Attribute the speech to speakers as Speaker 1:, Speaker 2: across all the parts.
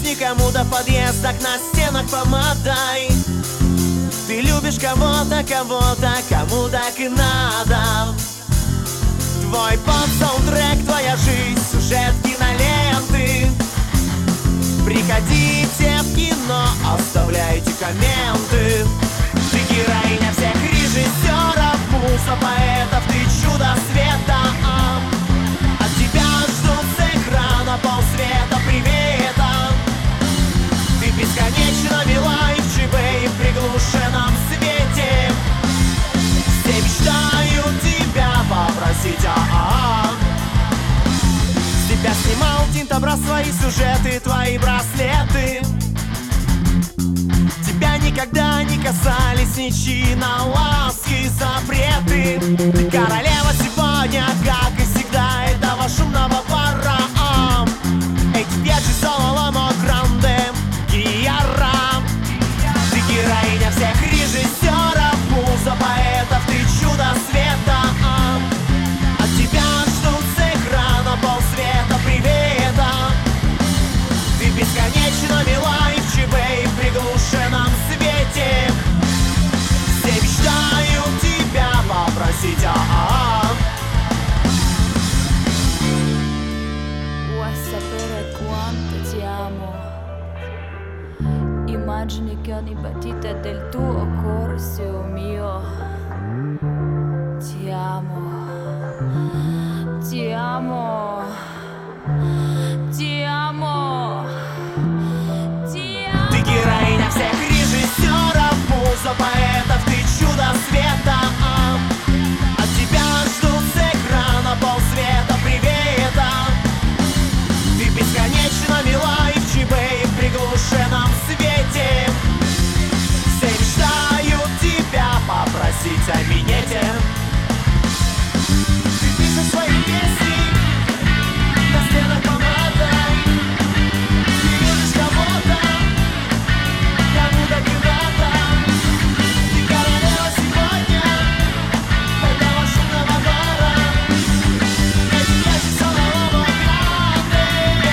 Speaker 1: никому-то в подъездах, на стенах помадай. Ты любишь кого-то, кого-то, кому так и надо. Твой поп-саундтрек, твоя жизнь, сюжет киноленты. Приходите в кино, оставляйте комменты. Ты героиня всех режиссеров, муза поэтов, ты чудо света. От тебя ждут с экрана полсвета привета. Ты бесконечно мила и в ЧБ, и в приглушенном свете. Все мечтают тебя попросить, С тебя снимал Тинтобрас свои сюжеты, твои браслеты. Тебя никогда не касались ничьи на ласки, запреты. Ты королева сегодня, как и всегда, этого шумного бара. Эти вещи соло гранде, гиара. Ты героиня всех режиссеров, муза поэтов, ты чудо света. От тебя ждут с экрана полсвета привета. Ты бесконечно мила и в ЧБ, и в приглушенном свете. Все мечтают тебя попросить,
Speaker 2: Vuoi sapere quanto ti amo? Immagini che ogni battita del tuo cuore sia mio. Ti amo, ti amo, ti amo, ti amo.
Speaker 1: Ты героиня всех режиссеров, муза поэтов, ты чудо света. От тебя ждут с экрана полсвета привета. Ты бесконечно мила и в ЧБ, и в приглушенном свете. Все мечтают тебя попросить о минете. Ты пишешь свои песни на стенах помадой. Ты любишь кого-то, кому так и надо. Ты королева сегодня, этого шумного бара. Эти вещи соло гранде,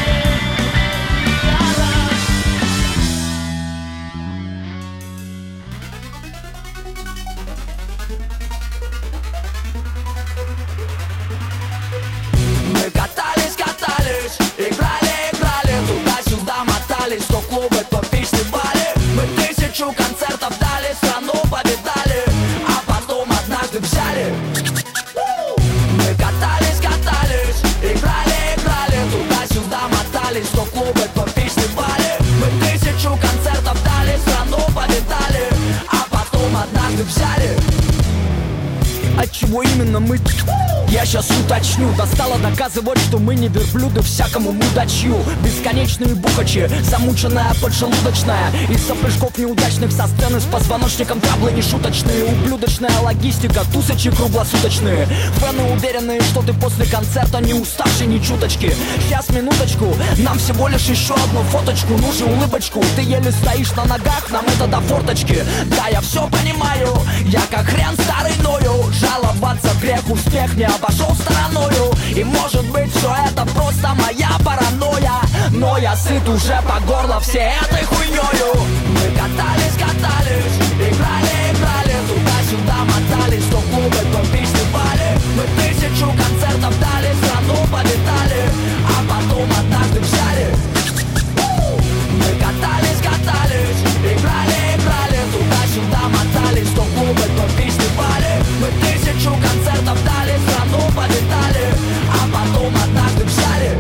Speaker 3: Мы катались, катались, играли, играли, туда-сюда мотались, то клубы, то фестивали. Мы 1000 концертов дали, страну повидали, а потом однажды взяли. Мы катались, катались, играли, играли, туда-сюда мотались, то клубы, то фестивали. Мы 1000 концертов дали, страну повидали, а потом однажды взяли. Отчего именно мы? Я сейчас уточню. Достало доказывать, что мы не верблюды всякому мудачью. Бесконечные бухачи, замученная поджелудочная. Из-за прыжков неудачных со сцены с позвоночником траблы нешуточные. Ублюдочная логистика, тусачи круглосуточные. Фэны уверенные, что ты после концерта не уставший ни чуточки. Сейчас, минуточку, нам всего лишь еще одну фоточку. Ну же, улыбочку, ты еле стоишь на ногах, нам это до форточки. Да, я все понимаю, я как хрен старый ною. Жаловаться грех, успех не обошел стороною. И может быть все это просто моя паранойя, но я сыт уже по горло всей этой хуйнёю. Мы катались, катались, играли, играли, туда-сюда мотались, то клубы, то фестивали. Мы 1000 концертов дали, страну повидали, а потом однажды взяли. Мы катались, катались, играли, играли, туда-сюда мотались, то клубы, то фестивали. Мы 1000 концертов дали, страну повидали, а потом однажды взяли.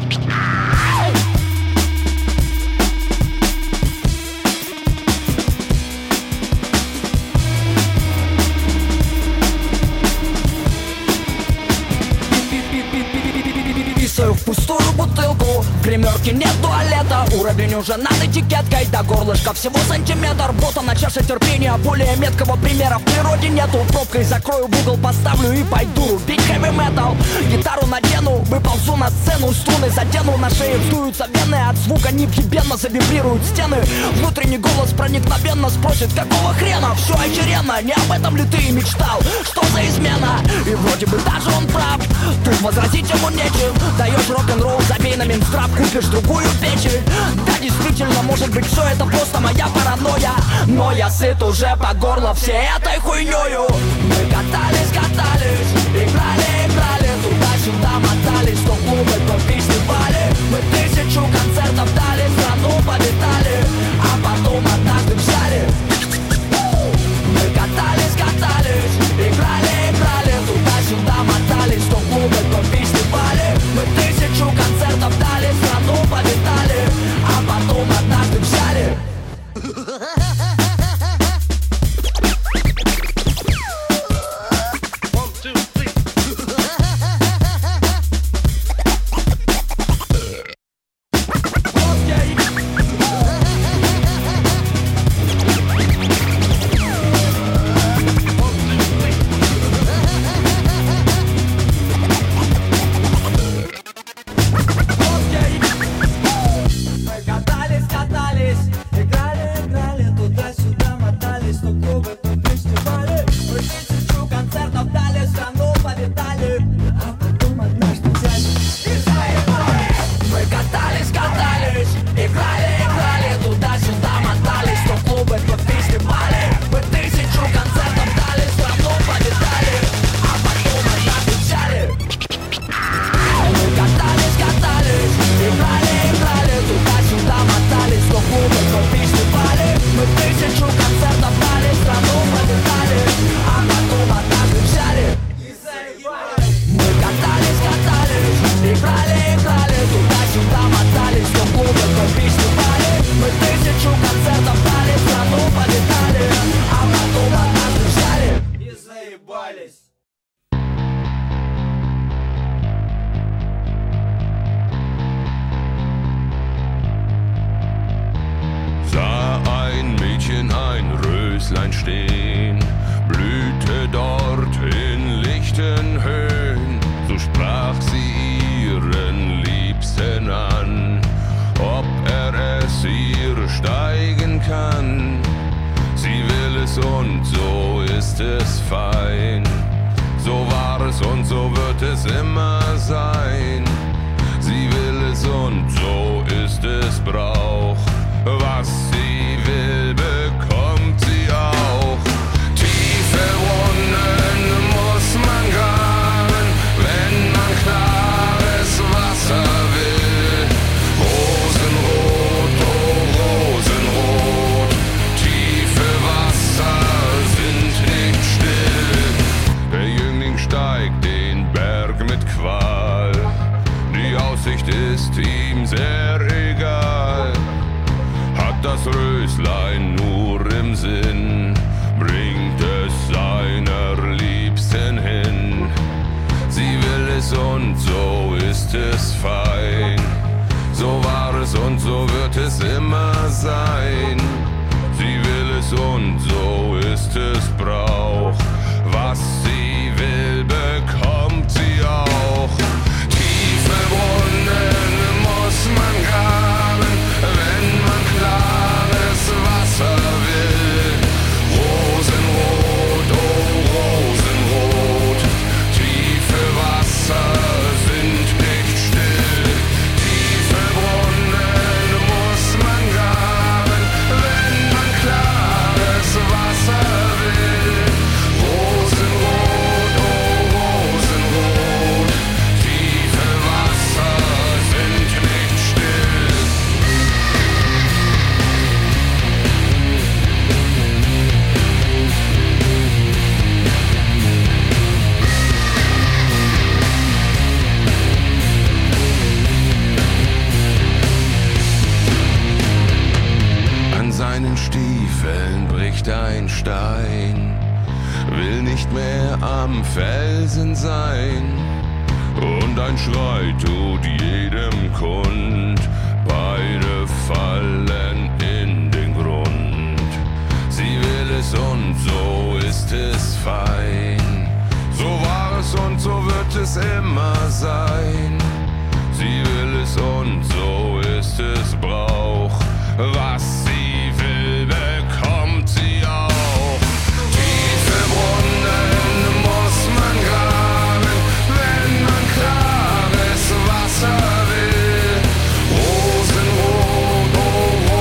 Speaker 3: Писаю в пустую бутылку, в гримерке нет туалета. Уровень уже над этикеткой, до горлышка всего сантиметр. Вот она чаша терпения, более меткого примера в природе нету. Пробкой закрою, в угол поставлю и пойду рубить хэви-метал. Гитару надену, выползу на сцену, струны задену. На шее вздуются вены, от звука невъебенно завибрируют стены. Внутренний голос проникновенно спросит, какого хрена? Все охеренно, не об этом ли ты и мечтал? Что за измена? И вроде бы даже он прав, тут возразить ему нечем. Даешь рок-н-ролл, забей на Минздрав, купишь другую печень. Да, действительно, действительно, может быть, все это просто моя паранойя. Но я сыт уже по горло всей этой хуйнёю. Мы катались, катались, играли, играли, туда-сюда мотались, то клубы, то фестивали. Мы 1000 концертов дали, страну повидали, а потом однажды взяли. Мы катались, катались, играли, играли, туда-сюда мотались, то клубы, то фестивали. Мы 1000 концертов дали, страну повидали, а потом однажды взяли.
Speaker 4: Stehen, blühte dort in lichten Höhen, so sprach sie ihren Liebsten an, ob es ihr steigen kann. Sie will es und so ist es fein, so war es und so wird es immer sein. Sie will es und so ist es Brauch, was sie will, bekommt sie auch. Tiefe Brunnen muss man graben, wenn man klares Wasser will. Rosenrot, oh Rosenrot, tiefe Wasser sind nicht still. Der Jüngling steigt den Berg mit Qual, die Aussicht ist ihm sehr egal. Hat das Röslein nur im Sinn, bringt es seiner Liebsten hin. Sie will es und so ist es fein, so war es und so wird es immer sein. Sie will es und so ist es Brauch, was sie will, bekommt sie auch. Tiefe Brunnen muss man graben, wenn man klares Wasser will. Rosenrot, oh Rosenrot, tiefe Wasser sind nicht still. Tiefe Brunnen muss man graben, wenn man klares Wasser will. Rosenrot, oh Rosenrot, tiefe Wasser sind nicht still. An seinen Stiefeln bricht ein Stein, will nicht mehr am Felsen sein. Und ein Schrei tut jedem kund, beide fallen in den Grund. Sie will es und so ist es fein, so war es und so wird es immer sein. Sie will es und so ist es Brauch, was sie will, bekommt sie auch. Tiefe Brunnen muss man graben, wenn man klares Wasser will. Rosenrot, oh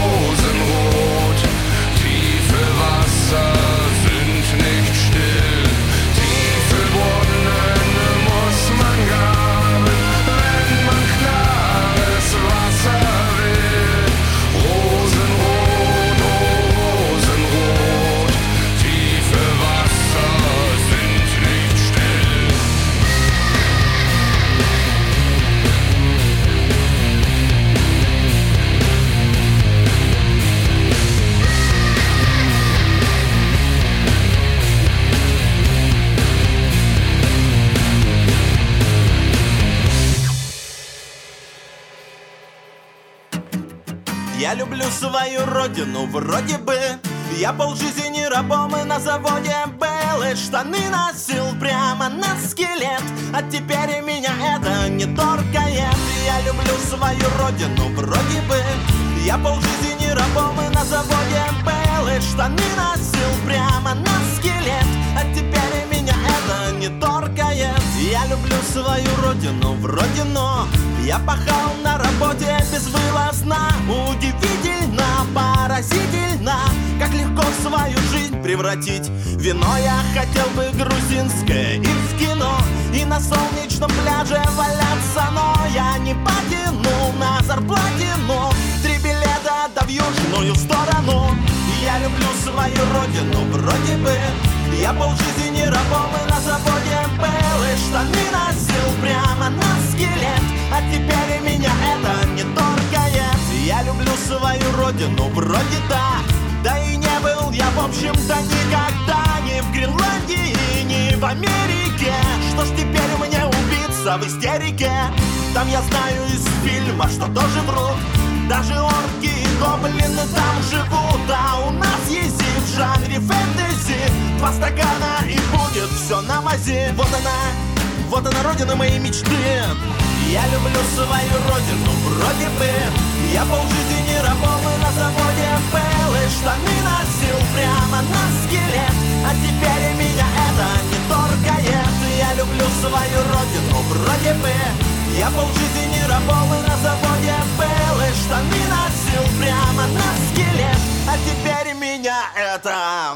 Speaker 1: Я люблю свою родину, вроде бы. Я полжизни рабом и на заводе был, и штаны носил прямо на скелет. А теперь меня это не торкает. Я люблю свою родину, вроде бы. Я полжизни рабом и на заводе был, и штаны носил прямо на скелет. А теперь меня это не торкает. Я люблю свою родину, вроде, но я пахал на работе безвылазно. Удивительно, поразительно, как легко свою жизнь превратить. Вино я хотел бы грузинское и в кино, и на солнечном пляже валяться, но я не потянул на зарплате, но 3 билета да в южную сторону. Я люблю свою родину, вроде бы. Я полжизни рабом и на заводе был, и штаны носил прямо на скелет. А теперь меня это не торкает. Я люблю свою родину, вроде да. Да и не был я, в общем-то, никогда ни в Гренландии, ни в Америке. Что ж теперь мне убиться в истерике? Там я знаю из фильма, что тоже врут. Даже орки и гоблины там живут. А у нас есть и в жанре фэнтези 2 стакана и будет все на мази. Вот она родина моей мечты. Я люблю свою родину, вроде бы. Я полжизни рабом и на заводе был, и штаны носил прямо на скелет. А теперь меня это не торкает. Я люблю свою родину, вроде бы. Я полжизни рабом и на заводе был, и штаны носил прямо на скелет. А теперь меня это...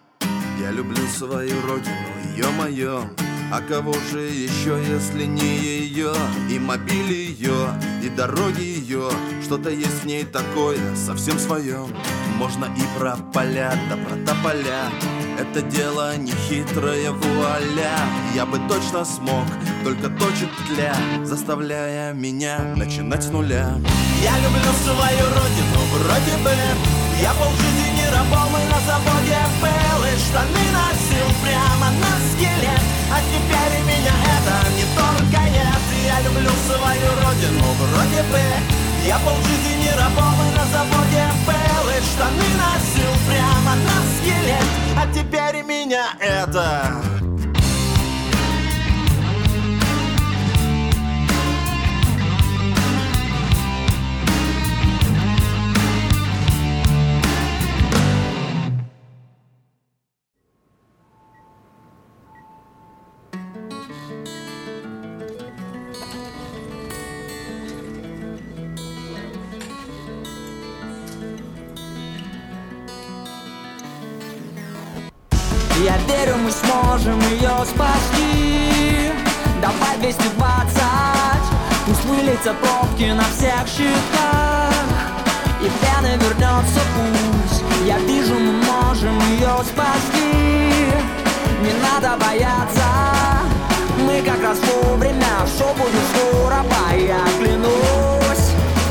Speaker 5: Я люблю свою родину, ё-моё. А кого же еще, если не ее? И мобиль ее, и дороги ее. Что-то есть в ней такое, совсем свое. Можно и про поля, да про тополя. Это дело не хитрое, вуаля. Я бы точно смог, только точит тля, заставляя меня начинать с нуля.
Speaker 1: Я люблю свою родину, вроде бы. Я полжизни рабом и на заводе был, и штаны носил прямо на скелет. А теперь меня это не торкает. Я люблю свою родину, вроде бы. Я полжизни рабом и на заводе был, и штаны носил прямо на скелет. А теперь меня это...
Speaker 3: Я верю, мы сможем ее спасти. Давай 220. Пусть выльются пробки на всех щитах, и пьяный вернется пусть. Я вижу, мы можем ее спасти. Не надо бояться, мы как раз вовремя. Шоу будет скоро, я клянусь.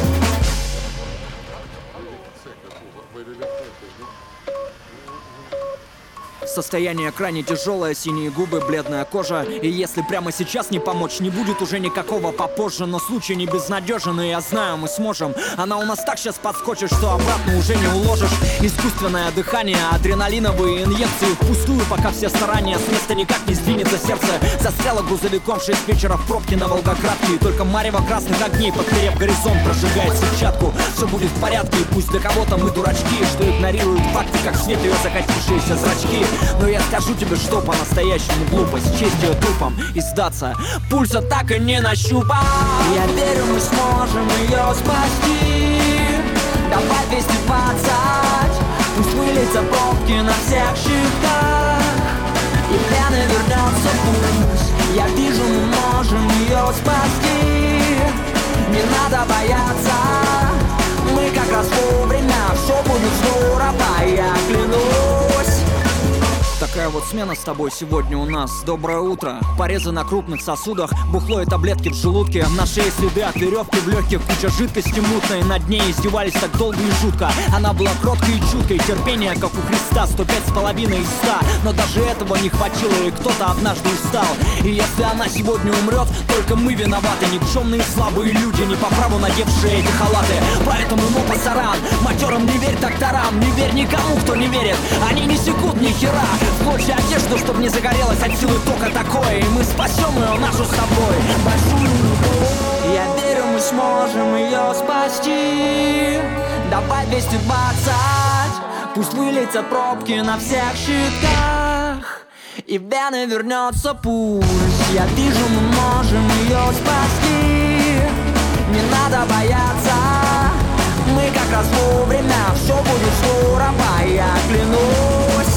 Speaker 3: Состояние крайне тяжелое, синие губы, бледная кожа. И если прямо сейчас не помочь, не будет уже никакого попозже. Но случай не безнадежен, и я знаю, мы сможем. Она у нас так сейчас подскочит, что обратно уже не уложишь. Искусственное дыхание, адреналиновые инъекции впустую, пока все старания с места никак не сдвинется сердце. Застряло грузовиком в 6 вечера в пробке на Волгоградке. И только марево красных огней, подперев горизонт, прожигает сетчатку. Все будет в порядке, и пусть для кого-то мы дурачки, что игнорируют факты, как свет ее закатившиеся зрачки. Но я скажу тебе, что по-настоящему глупость честь ее трупом и сдаться. Пульса так и не нащупал. Я верю, мы сможем ее спасти. Давай 220. Пусть выльются пробки на всех щитах, и пьяный вернется пусть. Я вижу, мы можем ее спасти. Не надо бояться, мы как раз вовремя. Все будет скоро, я клянусь. Такая
Speaker 6: Такая вот смена с тобой сегодня у нас. Доброе утро. Порезы на крупных сосудах, бухло и таблетки в желудке. На шее следы от веревки, в легких куча жидкости мутной. Над ней издевались так долго и жутко. Она была кроткой и чуткой, терпение, как у Христа, 105,5 из 100. Но даже этого не хватило, и кто-то однажды устал. И если она сегодня умрет, только мы виноваты. Никчемные слабые люди, не по праву надевшие эти халаты. Поэтому мопасаран, матерым не верь докторам. Не верь никому, кто не верит, они не секут ни хера. В клочья одежду, чтоб не загорелась от силы тока такое. И мы спасем ее, нашу с тобой большую любовь. Я верю, мы сможем ее спасти. Давай 220, пусть вылетят пробки на всех щитках, и в вены вернется пульс. Я вижу, мы можем ее спасти. Не надо бояться, мы как раз вовремя. Все будет скоро, я клянусь.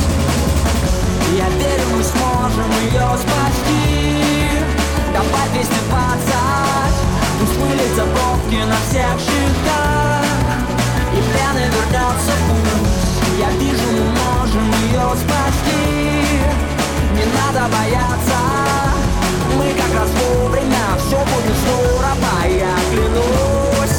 Speaker 6: Я верю, мы сможем ее спасти. Давай 220, пусть вылетят пробки на всех щитках, и в вены вернется пульс. Я вижу, мы можем ее спасти. Не надо бояться, мы как раз вовремя. Все будет скоро, я клянусь.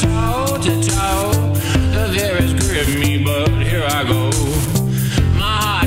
Speaker 7: The fear has gripped me, but here I go. My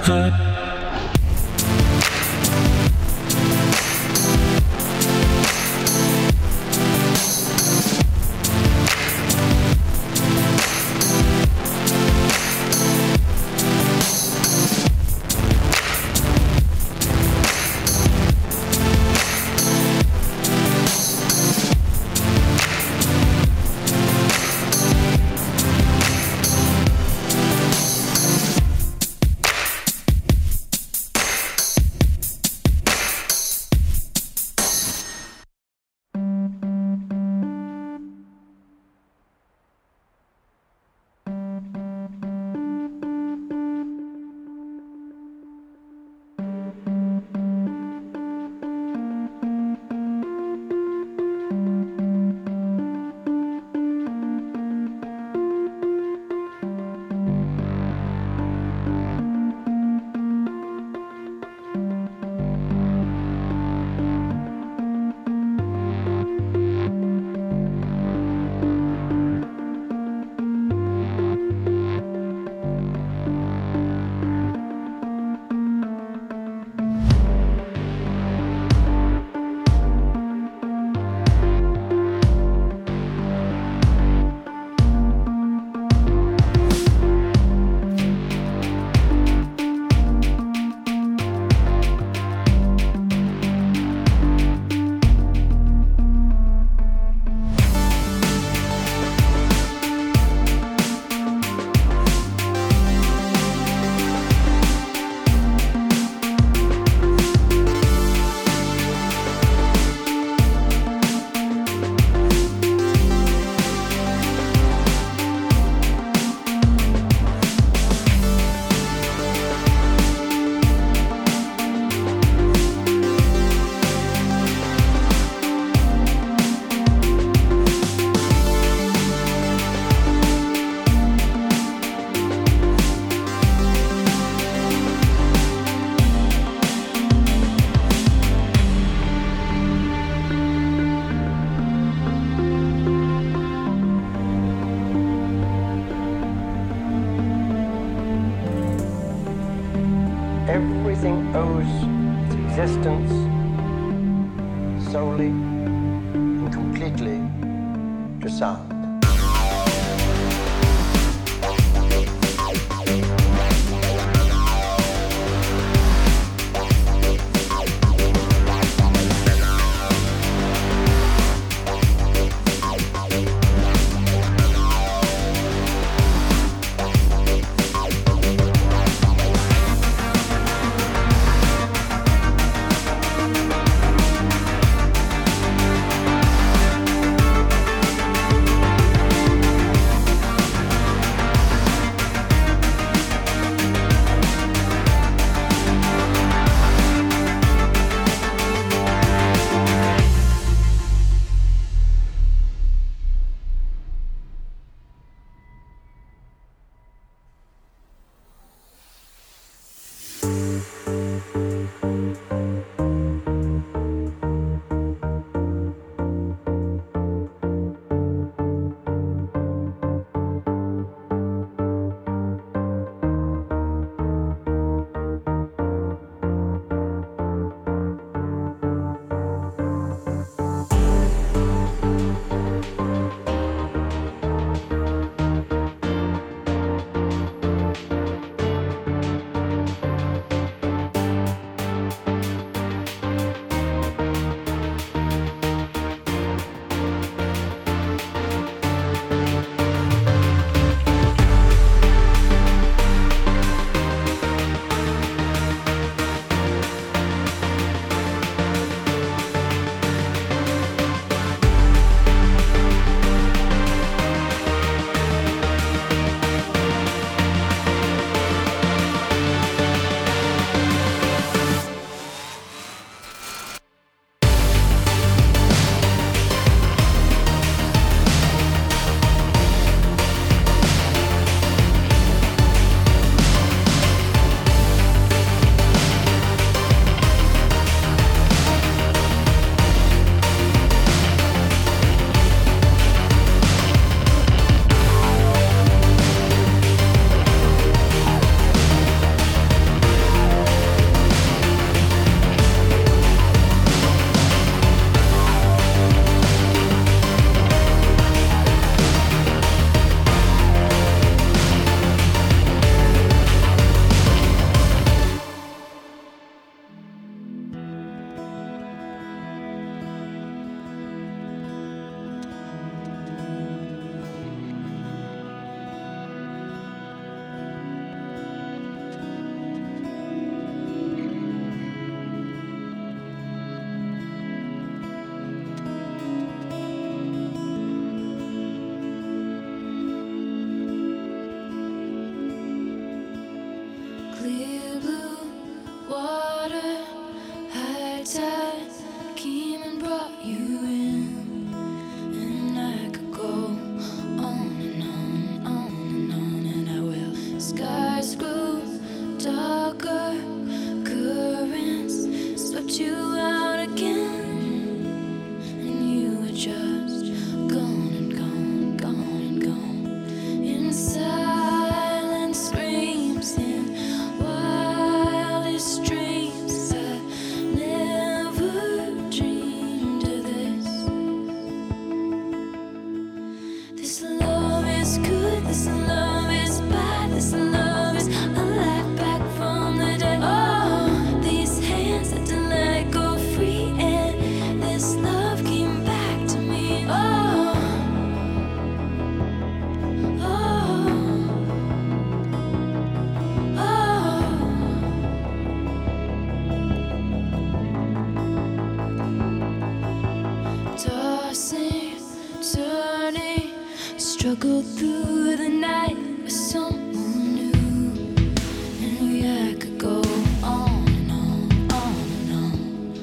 Speaker 7: Everything owes its existence solely and completely to sound.
Speaker 2: you out again, and you were just gone and gone, gone and gone. In silent screams, in wildest dreams, I never dreamed of this. This love is good, this love is bad, this love is alive back from the dead. Oh, these hands had to let go free, and this love came back to me. Oh, oh, oh. Tossing, turning, struggled through the night with someone new. And I could go on and on, on and on.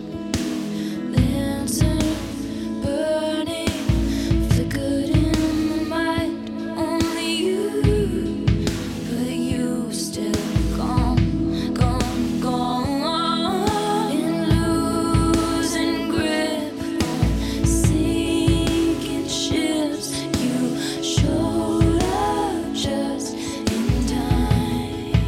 Speaker 2: Lantern burning, flickered in my mind. Only you, but you were still gone, gone, gone. In losing grip on sinking ships, you showed up just in time.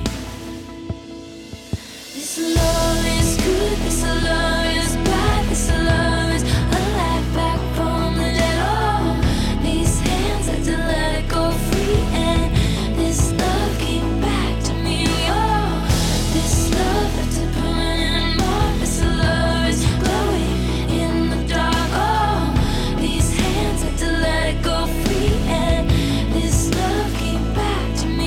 Speaker 2: This love is good, this love is bad, this love is alive back from the dead. Oh, these hands had to let it go free, and this love came back to me. Oh, this love left a permanent mark. This love is glowing in the dark. Oh, these hands had to let it go free, and this love came back to me.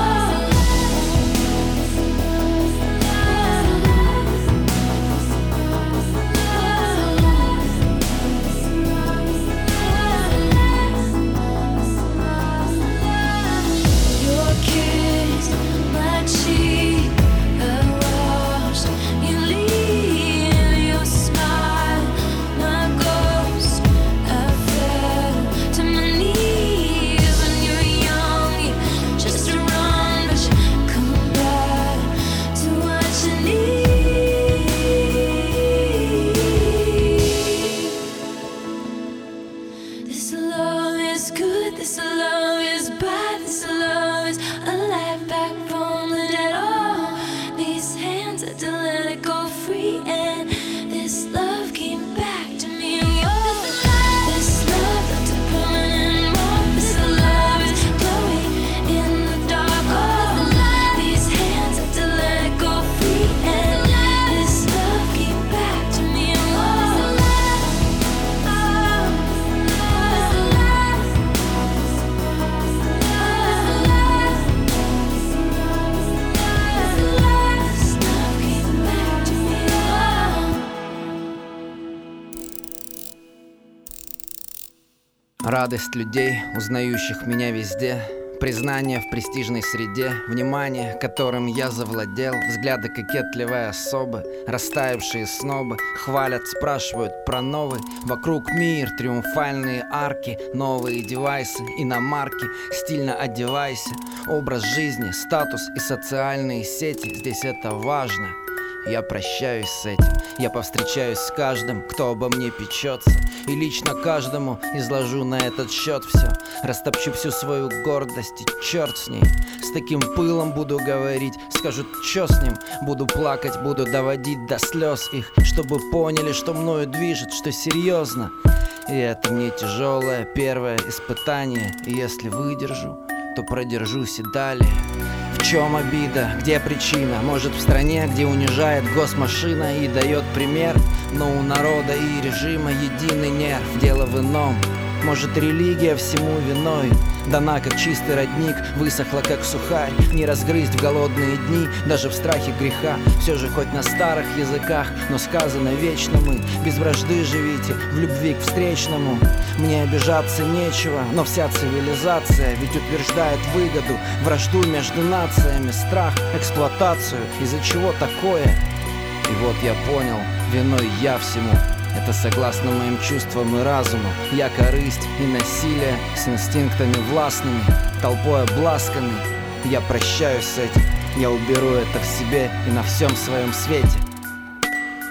Speaker 2: Your kiss, my cheek, I washed. You leave your smile, my ghost. I fell to my knees when you're young. You just run, but you come back to what you need. This love is good, this love is bad, this love is alive back from the dead. Oh, these hands had to let it go free, and this love came back to me. Oh, this love left a permanent mark. This love is glowing in the dark. Oh, these hands had to let it go free, and this love came back to me.
Speaker 8: Радость людей, узнающих меня везде, признание в престижной среде, внимание, которым я завладел, взгляды кокетливой особы, растаявшие снобы, хвалят, спрашивают про новый. Вокруг мир, триумфальные арки, новые девайсы, иномарки, стильно одевайся. Образ жизни, статус и социальные сети, здесь это важно. Я прощаюсь с этим, я повстречаюсь с каждым, кто обо мне печется, и лично каждому изложу на этот счет все. Растопчу всю свою гордость, и черт с ней. С таким пылом буду говорить, скажут, чё с ним. Буду плакать, буду доводить до слез их, чтобы поняли, что мною движет, что серьезно. И это мне тяжелое первое испытание, и если выдержу, то продержусь и далее. В чем обида? Где причина? Может, в стране, где унижает госмашина и дает пример, но у народа и режима единый нерв. Дело в ином. Может, религия всему виной дана, как чистый родник, высохла, как сухарь. Не разгрызть в голодные дни, даже в страхе греха. Все же хоть на старых языках, но сказано вечно мы. Без вражды живите, в любви к встречному. Мне обижаться нечего, но вся цивилизация ведь утверждает выгоду, вражду между нациями, страх, эксплуатацию. Из-за чего такое? И вот я понял, виной я всему. Это согласно моим чувствам и разуму. Я корысть и насилие с инстинктами властными, толпой обласканный. Я прощаюсь с этим, я уберу это в себе и на всем своем свете.
Speaker 3: А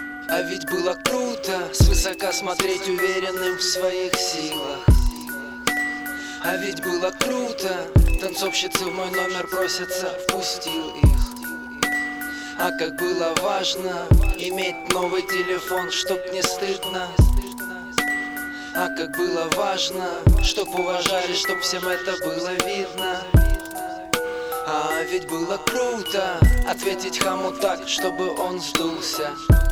Speaker 8: ведь было круто свысока смотреть уверенным в своих силах. А ведь было круто, танцовщицы в мой номер просятся, впустил их. А как было важно иметь новый телефон, чтоб не стыдно. А как было важно, чтоб уважали, чтоб всем это было видно. А ведь было круто ответить хаму так, чтобы он сдулся.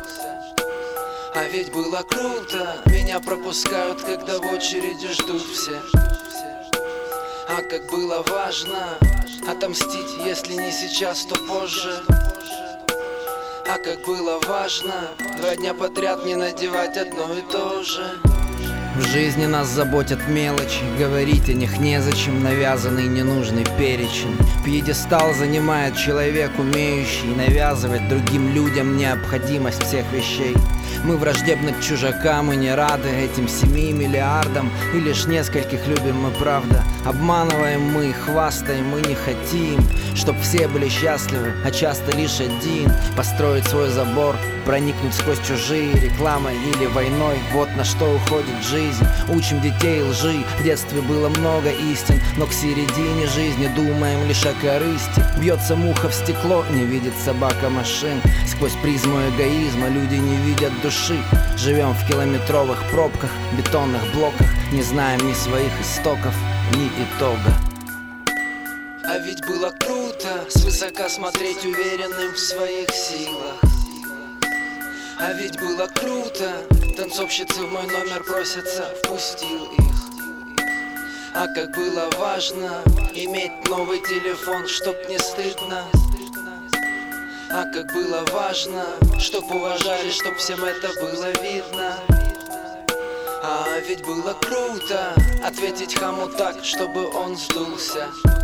Speaker 8: А ведь было круто, меня пропускают, когда в очереди ждут все. А как было важно отомстить, если не сейчас, то позже. А как было важно 2 дня подряд не надевать одно и то же.
Speaker 6: В жизни нас заботят мелочи, говорить о них незачем, навязанный ненужный перечень. Пьедестал занимает человек, умеющий навязывать другим людям необходимость всех вещей. Мы враждебны к чужакам и не рады этим 7 миллиардам, и лишь нескольких любим мы, правда. Обманываем мы, хвастаем мы не хотим, чтоб все были счастливы, а часто лишь один. Построить свой забор, проникнуть сквозь чужие рекламой или войной, вот на что уходит жизнь. Учим детей лжи, в детстве было много истин, но к середине жизни думаем лишь о корысти. Бьется муха в стекло, не видит собака машин. Сквозь призму эгоизма люди не видят души. Живем в километровых пробках, бетонных блоках, не знаем ни своих истоков, ни итога.
Speaker 8: А ведь было круто свысока смотреть уверенным в своих силах. А ведь было круто, танцовщицы в мой номер просятся, впустил их. А как было важно иметь новый телефон, чтоб не стыдно. А как было важно, чтоб уважали, чтоб всем это было видно. А ведь было круто ответить хаму так, чтобы он сдулся.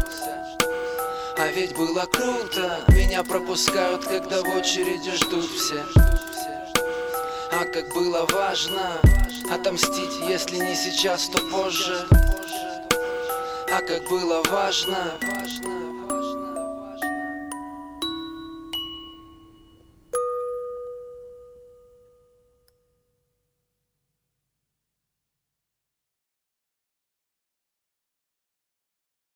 Speaker 8: А ведь было круто, меня пропускают, когда в очереди ждут все. А как было важно отомстить, если не сейчас, то позже. А как было важно